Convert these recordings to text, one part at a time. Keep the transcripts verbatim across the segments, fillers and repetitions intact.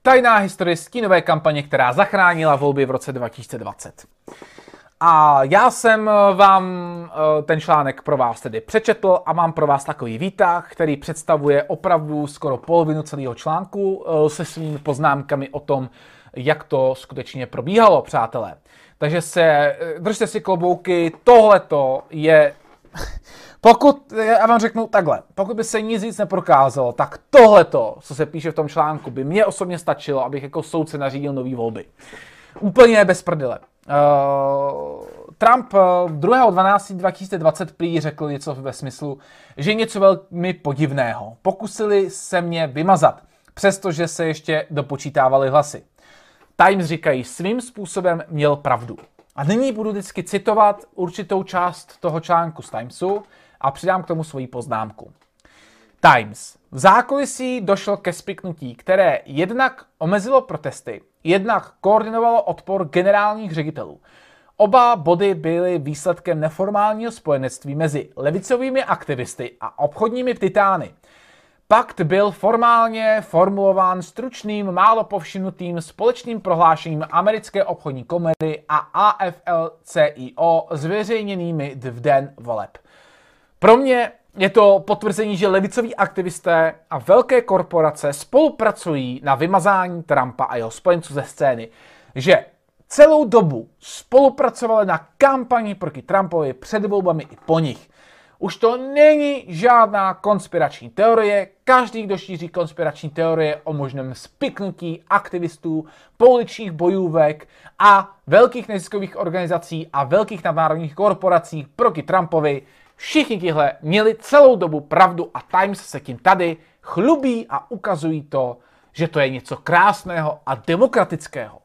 Tajná historie stínové kampaně, která zachránila volby v roce dva tisíce dvacet. A já jsem vám ten článek pro vás tedy přečetl a mám pro vás takový výtah, který představuje opravdu skoro polovinu celého článku se svými poznámkami o tom, jak to skutečně probíhalo, přátelé. Takže se, držte si klobouky, tohleto je... Pokud, já vám řeknu takhle, pokud by se nic víc neprokázalo, tak tohleto, co se píše v tom článku, by mě osobně stačilo, abych jako soudce nařídil nový volby. Úplně bez prdele. Uh, Trump druhého dvanáctého dva tisíce dvacet prý řekl něco ve smyslu, že něco velmi podivného. Pokusili se mě vymazat, přestože se ještě dopočítávaly hlasy. Times říkají, svým způsobem měl pravdu. A nyní budu vždycky citovat určitou část toho článku z Timesu a přidám k tomu svoji poznámku. Times. V zákulisí došlo ke spiknutí, které jednak omezilo protesty, jednak koordinovalo odpor generálních ředitelů. Oba body byly výsledkem neformálního spojenectví mezi levicovými aktivisty a obchodními titány. Pakt byl formálně formulován stručným, málo povšimnutým společným prohlášením Americké obchodní komory a A F L C I O zveřejněnými v den voleb. Pro mě je to potvrzení, že levicoví aktivisté a velké korporace spolupracují na vymazání Trumpa a jeho spojenců ze scény, že celou dobu spolupracovali na kampani proti Trumpovi před volbami i po nich. Už to není žádná konspirační teorie, každý, kdo šíří konspirační teorie o možném spiknutí aktivistů, pouličních bojůvek a velkých neziskových organizací a velkých nadnárodních korporací proti Trumpovi, všichni tihle měli celou dobu pravdu a Times se tím tady chlubí a ukazují to, že to je něco krásného a demokratického.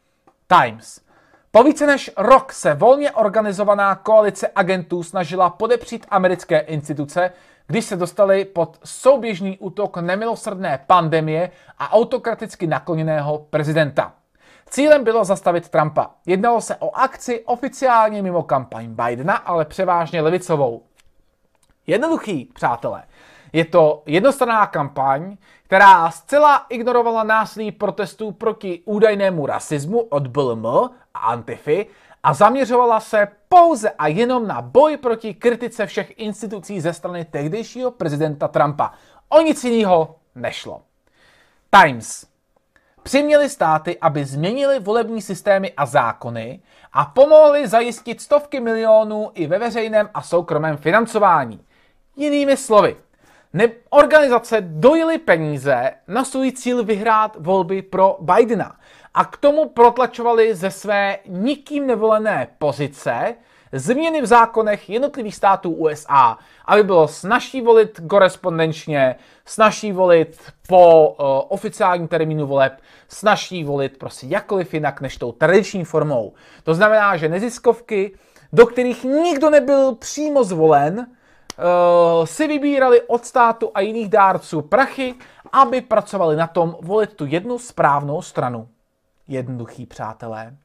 Times. Po více než rok se volně organizovaná koalice agentů snažila podepřít americké instituce, když se dostali pod souběžný útok nemilosrdné pandemie a autokraticky nakloněného prezidenta. Cílem bylo zastavit Trumpa. Jednalo se o akci oficiálně mimo kampaň Bidena, ale převážně levicovou. Jednoduchý, přátelé. Je to jednostranná kampaň, která zcela ignorovala násilí protestů proti údajnému rasismu od B L M a Antify a zaměřovala se pouze a jenom na boj proti kritice všech institucí ze strany tehdejšího prezidenta Trumpa. O nic jiného nešlo. Times. Přiměli státy, aby změnili volební systémy a zákony a pomohli zajistit stovky milionů i ve veřejném a soukromém financování. Jinými slovy, ne- organizace dojily peníze na svůj cíl vyhrát volby pro Bidena a k tomu protlačovali ze své nikým nevolené pozice změny v zákonech jednotlivých států U S A, aby bylo snazší volit korespondenčně, snazší volit po uh, oficiálním termínu voleb, snazší volit prostě jakkoliv jinak než tou tradiční formou. To znamená, že neziskovky, do kterých nikdo nebyl přímo zvolen, Uh, si vybírali od státu a jiných dárců prachy, aby pracovali na tom volit tu jednu správnou stranu. Jednoduchý, přátelé.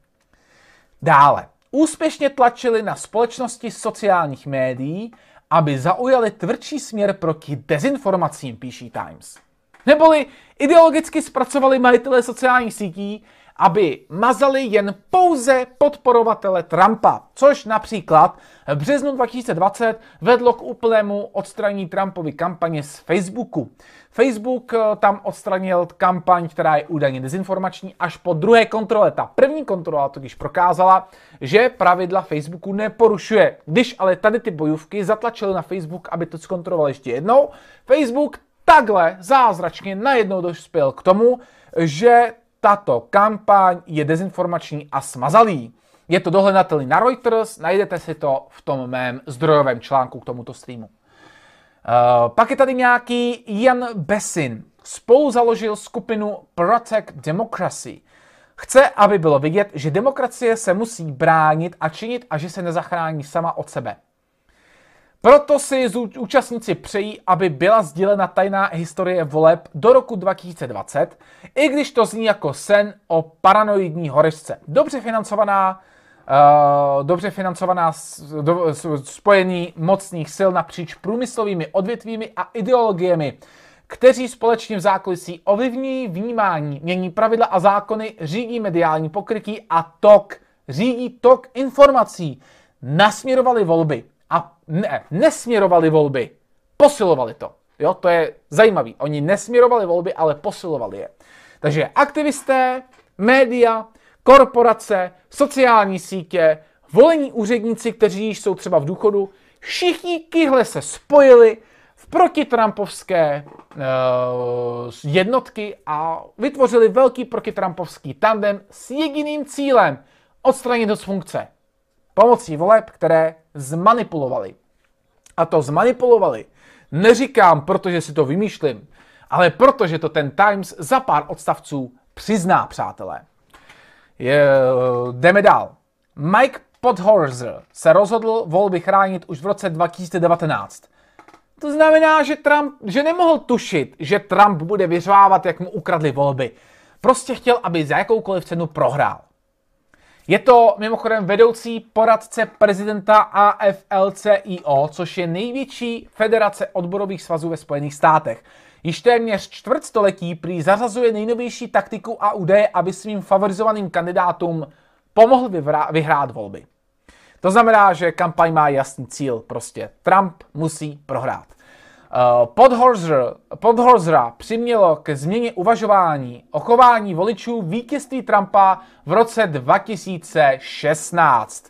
Dále. Úspěšně tlačili na společnosti sociálních médií, aby zaujali tvrdší směr proti dezinformacím, píší Times. Neboli ideologicky zpracovali majitele sociálních sítí, aby mazali jen pouze podporovatele Trumpa, což například v březnu dva tisíce dvacet vedlo k úplnému odstranění Trumpovy kampaně z Facebooku. Facebook tam odstranil kampaň, která je údajně dezinformační, až po druhé kontrole. Ta první kontrola totiž prokázala, že pravidla Facebooku neporušuje. Když ale tady ty bojůvky zatlačily na Facebook, aby to zkontroloval ještě jednou, Facebook takhle zázračně najednou dospěl k tomu, že tato kampaň je dezinformační a smazalý. Je to dohledatelný na Reuters, najdete si to v tom mém zdrojovém článku k tomuto streamu. Uh, pak je tady nějaký Ian Bessin. Spolu založil skupinu Protect Democracy. Chce, aby bylo vidět, že demokracie se musí bránit a činit a že se nezachrání sama od sebe. Proto si účastníci přejí, aby byla sdělena tajná historie voleb do roku dva tisíce dvacet, i když to zní jako sen o paranoidní horečce. Dobře financovaná, uh, dobře financovaná do, spojení mocných sil napříč průmyslovými odvětvími a ideologiemi, kteří společně v zákulisí ovlivňují vnímání, mění pravidla a zákony, řídí mediální pokrytí a tok, řídí tok informací, nasměrovali volby a ne, nesměrovali volby, posilovali to. Jo, to je zajímavý. Oni nesměrovali volby, ale posilovali je. Takže aktivisté, média, korporace, sociální sítě, volení úředníci, kteří jsou třeba v důchodu, všichni tihle se spojili v protitrampovské uh, jednotky a vytvořili velký protitrampovský tandem s jediným cílem odstranit ho z funkce. Pomocí voleb, které zmanipulovali. A to zmanipulovali neříkám, protože si to vymýšlím, ale protože to ten Times za pár odstavců přizná, přátelé. Je, jdeme dál. Mike Podhorzer se rozhodl volby chránit už v roce dva tisíce devatenáct. To znamená, že Trump, že nemohl tušit, že Trump bude vyřvávat, jak mu ukradli volby. Prostě chtěl, aby za jakoukoliv cenu prohrál. Je to mimochodem vedoucí poradce prezidenta A F L C I O, což je největší federace odborových svazů ve Spojených státech. Již téměř čtvrtstoletí prý zařazuje nejnovější taktiku a údaje, aby svým favorizovaným kandidátům pomohl vyhrát volby. To znamená, že kampaň má jasný cíl, prostě Trump musí prohrát. Podhorzer, Podhorzera přimělo ke změně uvažování o chování voličů vítězství Trumpa v roce dva tisíce šestnáct.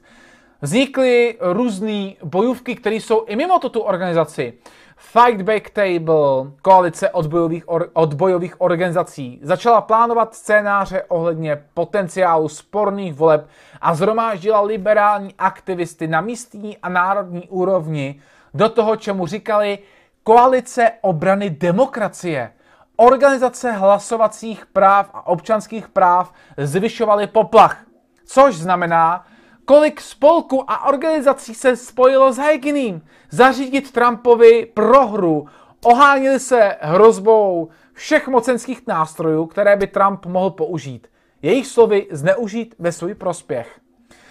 Vznikly různé bojůvky, které jsou i mimo tuto organizaci. Fight Back Table, koalice odbojových, or, odbojových organizací, začala plánovat scénáře ohledně potenciálu sporných voleb a zhromáždila liberální aktivisty na místní a národní úrovni do toho, čemu říkali Koalice obrany demokracie. Organizace hlasovacích práv a občanských práv zvyšovaly poplach. Což znamená, kolik spolků a organizací se spojilo s jediným. Zařídit Trumpovi prohru. Oháněli se hrozbou všech mocenských nástrojů, které by Trump mohl použít. Jejich slovy zneužít ve svůj prospěch.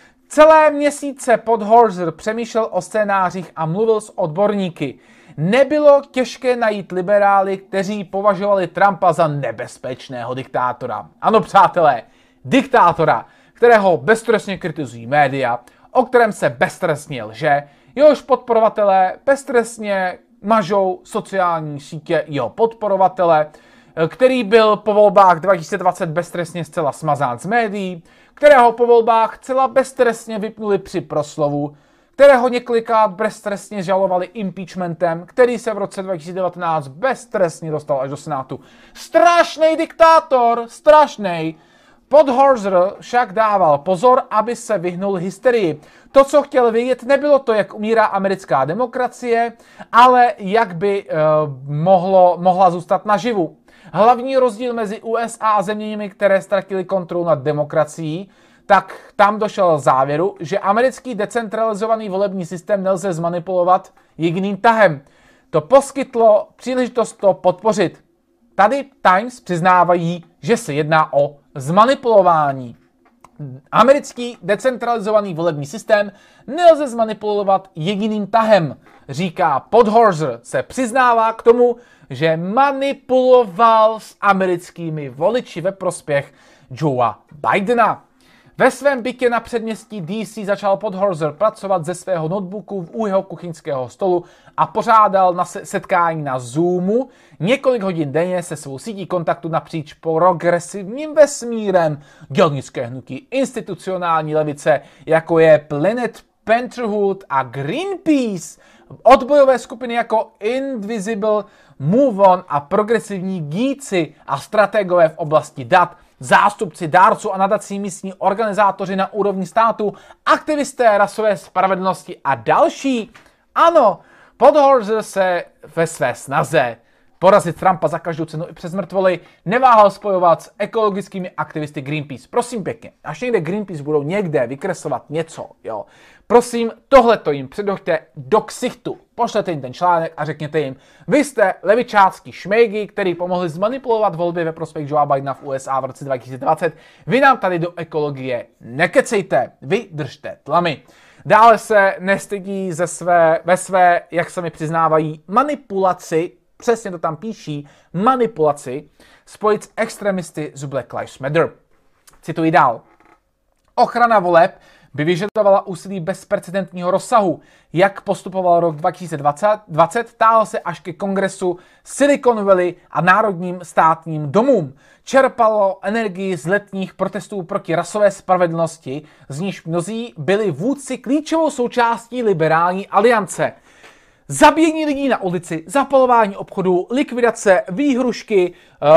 Celé měsíce Podhorzer přemýšlel o scénářích a mluvil s odborníky. Nebylo těžké najít liberály, kteří považovali Trumpa za nebezpečného diktátora. Ano, přátelé, diktátora, kterého beztrestně kritizují média, o kterém se beztrestně lže, jehož podporovatelé beztrestně mažou sociální sítě jeho podporovatele, který byl po volbách dva tisíce dvacet beztrestně zcela smazán z médií, kterého po volbách zcela beztrestně vypnuli při proslovu, kterého několikrát beztrestně žalovali impeachmentem, který se v roce dva tisíce devatenáct beztrestně dostal až do Senátu. Strašný diktátor, strašný. Podhorzer však dával pozor, aby se vyhnul hysterii. To, co chtěl vědět, nebylo to, jak umírá americká demokracie, ale jak by eh, mohlo, mohla zůstat naživu. Hlavní rozdíl mezi U S A a zeměmi, které ztratily kontrolu nad demokracií, tak tam došel závěru, že americký decentralizovaný volební systém nelze zmanipulovat jediným tahem. To poskytlo příležitost to podpořit. Tady Times přiznávají, že se jedná o zmanipulování. Americký decentralizovaný volební systém nelze zmanipulovat jediným tahem. Říká Podhorzer, se přiznává k tomu, že manipuloval s americkými voliči ve prospěch Joea Bidena. Ve svém bytě na předměstí D C začal Podhorzer pracovat ze svého notebooku u jeho kuchyňského stolu a pořádal na setkání na Zoomu několik hodin denně se svou sítí kontaktu napříč progresivním vesmírem dělnické hnutí institucionální levice, jako je Planet Pantherhood a Greenpeace, odbojové skupiny jako Invisible, Move On a progresivní gíci a strategové v oblasti dat, zástupci dárců a nadací místní organizátoři na úrovni státu, aktivisté rasové spravedlnosti a další. Ano, Podhorzer se ve své snaze porazit Trumpa za každou cenu i přes mrtvoly neváhal spojovat s ekologickými aktivisty Greenpeace. Prosím pěkně, až někde Greenpeace budou někde vykreslovat něco, jo, prosím, tohleto jim předhoďte do ksichtu. Pošlete jim ten článek a řekněte jim, vy jste levičácký šmejgi, který pomohli zmanipulovat volby ve prospěch Joea Bidena v U S A v roce dva tisíce dvacet. Vy nám tady do ekologie nekecejte, vy držte tlamy. Dále se nestydí ze své, ve své, jak se mi přiznávají, manipulaci přesně to tam píší, manipulaci spojit s extremisty z Black Lives Matter. Cituji dál. Ochrana voleb by vyžadovala úsilí bezprecedentního rozsahu. Jak postupoval rok dva tisíce dvacet, táhl se až ke kongresu Silicon Valley a národním státním domům. Čerpalo energii z letních protestů proti rasové spravedlnosti, z níž mnozí byli vůdci klíčovou součástí liberální aliance. Zabíjení lidí na ulici, zapalování obchodů, likvidace výhrušky,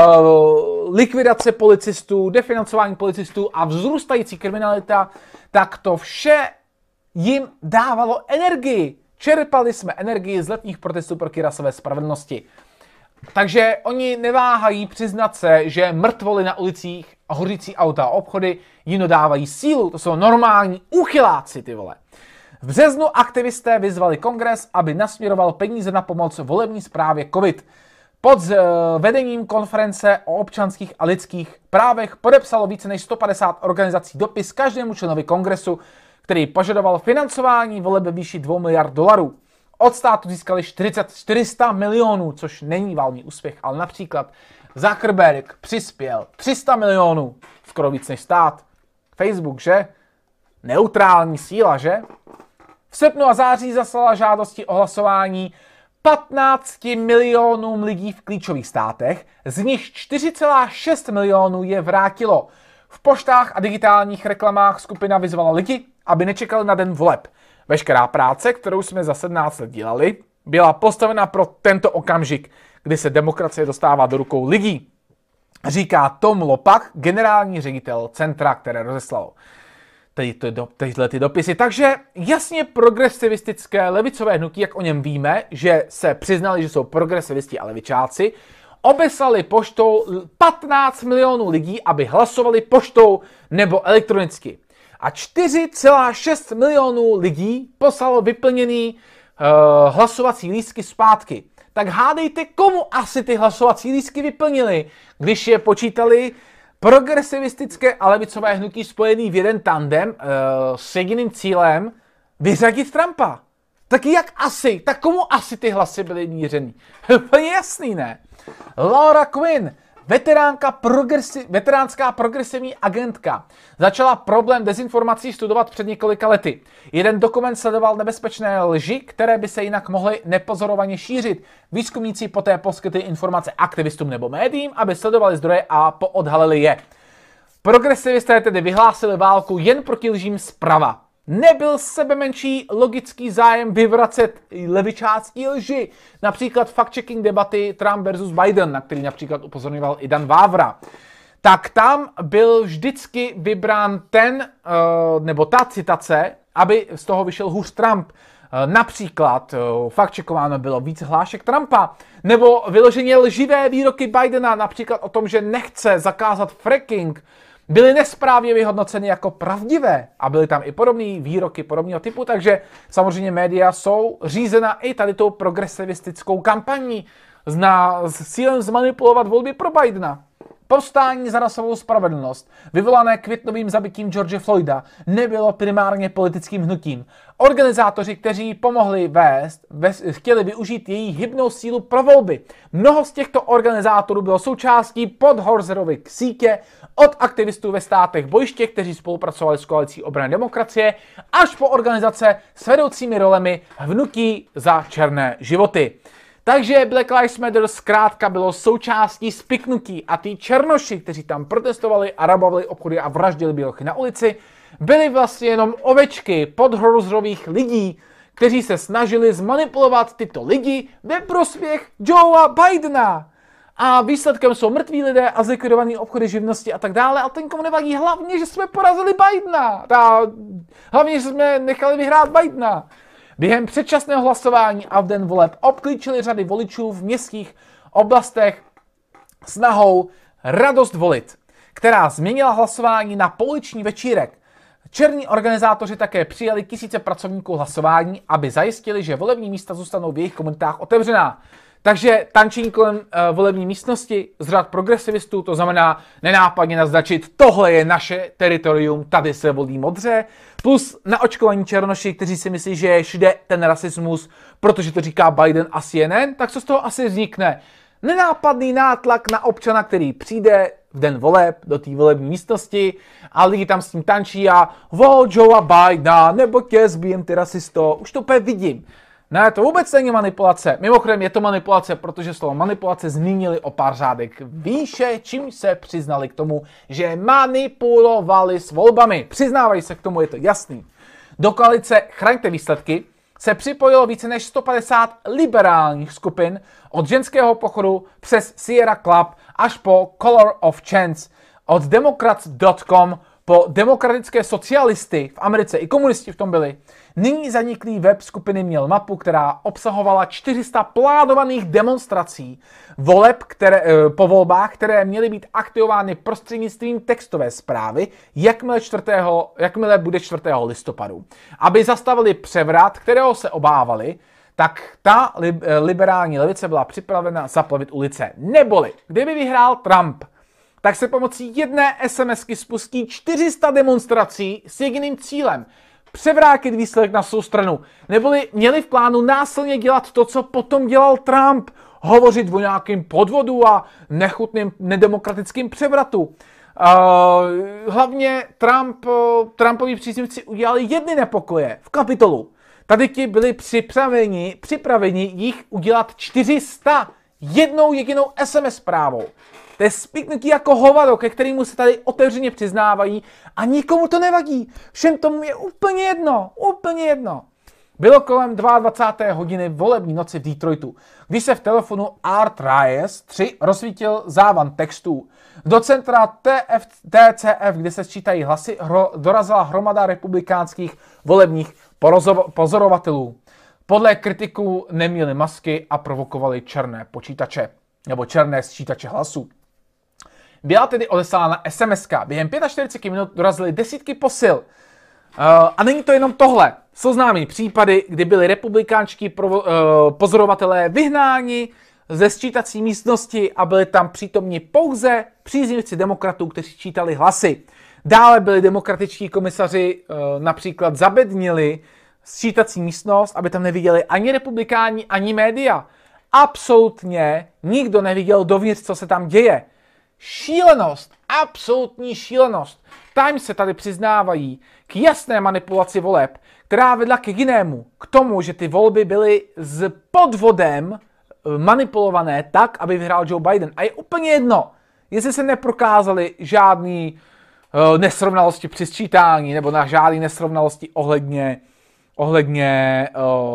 uh, likvidace policistů, definancování policistů a vzrůstající kriminalita, tak to vše jim dávalo energii. Čerpali jsme energii z letních protestů proti rasové spravedlnosti. Takže oni neváhají přiznat se, že mrtvoly na ulicích a hořící auta a obchody jim dodávají sílu. To jsou normální úchyláci, ty vole. V březnu aktivisté vyzvali kongres, aby nasměroval peníze na pomoc volební správě COVID. Pod vedením konference o občanských a lidských právech podepsalo více než sto padesát organizací dopis každému členovi kongresu, který požadoval financování voleb ve výši dvou miliard dolarů. Od státu získali čtyři sta milionů, což není valný úspěch, ale například Zuckerberg přispěl tři sta milionů, skoro víc než stát. Facebook, že? Neutrální síla, že? V srpnu a září zaslala žádosti o hlasování patnácti milionům lidí v klíčových státech, z nich čtyři celá šest milionů je vrátilo. V poštách a digitálních reklamách skupina vyzvala lidi, aby nečekali na den voleb. Veškerá práce, kterou jsme za sedmnáct let dělali, byla postavena pro tento okamžik, kdy se demokracie dostává do rukou lidí, říká Tom Lopak, generální ředitel centra, které rozeslalo tyhle ty dopisy. Takže jasně progresivistické levicové hnutí, jak o něm víme, že se přiznali, že jsou progresivisti a levičáci, obeslali poštou patnáct milionů lidí, aby hlasovali poštou nebo elektronicky. A čtyři celá šest milionů lidí poslalo vyplněný uh, hlasovací lístky zpátky. Tak hádejte, komu asi ty hlasovací lístky vyplnili, když je počítali progresivistické a levicové hnutí spojený v jeden tandem uh, s jediným cílem vyřadit Trumpa. Tak jak asi? Tak komu asi ty hlasy byly mířený? Úplně jasný, ne? Laura Quinn, veteránka progresi- veteránská progresivní agentka, začala problém dezinformací studovat před několika lety. Jeden dokument sledoval nebezpečné lži, které by se jinak mohly nepozorovaně šířit. Výzkumníci poté poskytli informace aktivistům nebo médiím, aby sledovali zdroje a poodhalili je. Progresivisté tedy vyhlásili válku jen proti lžím zprava. Nebyl sebemenší logický zájem vyvracet levičácký lži. Například fact-checking debaty Trump versus Biden, na který například upozorňoval i Dan Vávra. Tak tam byl vždycky vybrán ten, nebo ta citace, aby z toho vyšel hůř Trump. Například fact-checkováno bylo víc hlášek Trumpa, nebo vyloženě lživé výroky Bidena, například o tom, že nechce zakázat fracking, byly nesprávně vyhodnoceny jako pravdivé a byly tam i podobné výroky podobného typu, takže samozřejmě média jsou řízena i tady tou progresivistickou kampaní s cílem zmanipulovat volby pro Bidena. Povstání za rasovou spravedlnost, vyvolané květnovým zabitím George Floyda, nebylo primárně politickým hnutím. Organizátoři, kteří pomohli vést, ves, chtěli využít její hybnou sílu pro volby. Mnoho z těchto organizátorů bylo součástí Podhorzerovy sítě, od aktivistů ve státech bojiště, kteří spolupracovali s koalicí obrany demokracie, až po organizace s vedoucími rolemi hnutí za černé životy. Takže Black Lives Matter zkrátka bylo součástí spiknutí a ty černoši, kteří tam protestovali a rabovali obchody a vraždili bělochy na ulici, byli vlastně jenom ovečky podhorzerových lidí, kteří se snažili zmanipulovat tyto lidi ve prospěch Joea Bidena. A výsledkem jsou mrtví lidé a zlikvidované obchody, živnosti a tak dále, ale to nikomu nevadí, hlavně, že jsme porazili Bidena. Ta, hlavně, že jsme nechali vyhrát Bidena. Během předčasného hlasování a v den voleb obklíčili řady voličů v městských oblastech snahou radost volit, která změnila hlasování na pouliční večírek. Černí organizátoři také přijali tisíce pracovníků hlasování, aby zajistili, že volební místa zůstanou v jejich komunitách otevřená. Takže tančení kolem uh, volební místnosti z řad progresivistů, to znamená nenápadně naznačit, tohle je naše teritorium, tady se volí modře, plus naočkovaní černoši, kteří si myslí, že je všude ten rasismus, protože to říká Biden a C N N, tak co z toho asi vznikne? Nenápadný nátlak na občana, který přijde v den voleb do té volební místnosti a lidi tam s tím tančí a vol Joea Bidena, nebo tě zbijem ty rasisto, už to úplně vidím. Ne, to vůbec není manipulace. Mimochodem je to manipulace, protože slovo manipulace zmínili o pár řádek výše, čím se přiznali k tomu, že manipulovali s volbami. Přiznávají se k tomu, je to jasný. Do koalice Chraňte výsledky se připojilo více než sto padesát liberálních skupin od ženského pochodu přes Sierra Club až po Color of Chance, od Democrats tečka com po demokratické socialisty v Americe, i komunisti v tom byli. Nyní zaniklý web skupiny měl mapu, která obsahovala čtyři sta plánovaných demonstrací voleb, které, po volbách, které měly být aktivovány prostřednictvím textové zprávy, jakmile, čtvrtého, jakmile bude čtvrtého listopadu. Aby zastavili převrat, kterého se obávali, tak ta liberální levice byla připravena zaplavit ulice. Neboli, kdyby vyhrál Trump, tak se pomocí jedné SMSky spustí čtyři sta demonstrací s jediným cílem. Převrátit výsledek na svou stranu. Neboli měli v plánu násilně dělat to, co potom dělal Trump. Hovořit o nějakým podvodu a nechutným nedemokratickým převratu. Uh, hlavně Trump, Trumpovi příznivci udělali jedny nepokoje v Kapitolu. Tady ti byli připraveni, připraveni jich udělat čtyři sta jednou jedinou S M S zprávou. To je spiknutí jako hovado, ke kterému se tady otevřeně přiznávají a nikomu to nevadí. Všem tomu je úplně jedno, úplně jedno. Bylo kolem dvacáté druhé hodiny volební noci v Detroitu, když se v telefonu Art Rice tři rozsvítil závan textů. Do centra T C F, kde se sčítají hlasy, hro, dorazila hromada republikánských volebních pozorovatelů. Podle kritiků neměli masky a provokovali černé počítače, nebo černé sčítače hlasů. Byla tedy odeslána S M S ka. Během čtyřicet pět minut dorazily desítky posil. Uh, a není to jenom tohle. Jsou známý případy, kdy byli republikánští provo- uh, pozorovatelé vyhnáni ze sčítací místnosti a byli tam přítomni pouze příznivci demokratů, kteří sčítali hlasy. Dále byli demokratičtí komisaři uh, například zabednili sčítací místnost, aby tam neviděli ani republikáni, ani média. Absolutně nikdo neviděl dovnitř, co se tam děje. Šílenost, absolutní šílenost. Times se tady přiznávají k jasné manipulaci voleb, která vedla k jinému, k tomu, že ty volby byly s podvodem manipulované tak, aby vyhrál Joe Biden. A je úplně jedno, jestli se neprokázaly žádný uh, nesrovnalosti při sčítání nebo na žádné nesrovnalosti ohledně, ohledně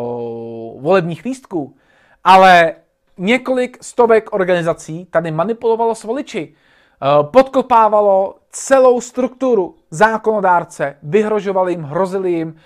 uh, volebních lístků, ale několik stovek organizací tady manipulovalo s voliči, podkopávalo celou strukturu zákonodárce, vyhrožovali jim, hrozili jim,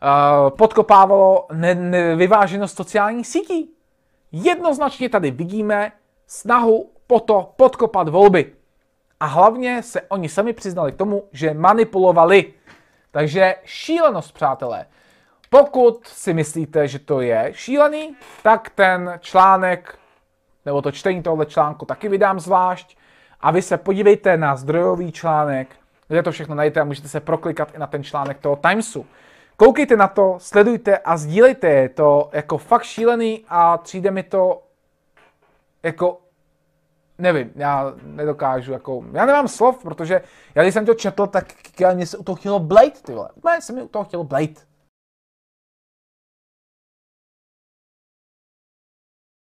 podkopávalo vyváženost sociálních sítí. Jednoznačně tady vidíme snahu po to podkopat volby. A hlavně se oni sami přiznali k tomu, že manipulovali. Takže šílenost, přátelé. Pokud si myslíte, že to je šílený, tak ten článek, nebo to čtení tohoto článku taky vydám zvlášť. A vy se podívejte na zdrojový článek, kde to všechno najdete a můžete se proklikat i na ten článek toho Timesu. Koukejte na to, sledujte a sdílejte, je to jako fakt šílený a přijde mi to jako, nevím, já nedokážu, jako, já nemám slov, protože já když jsem to četl, tak mě se u toho chtělo blejt, ty vole, úplně se mi u toho chtělo blejt.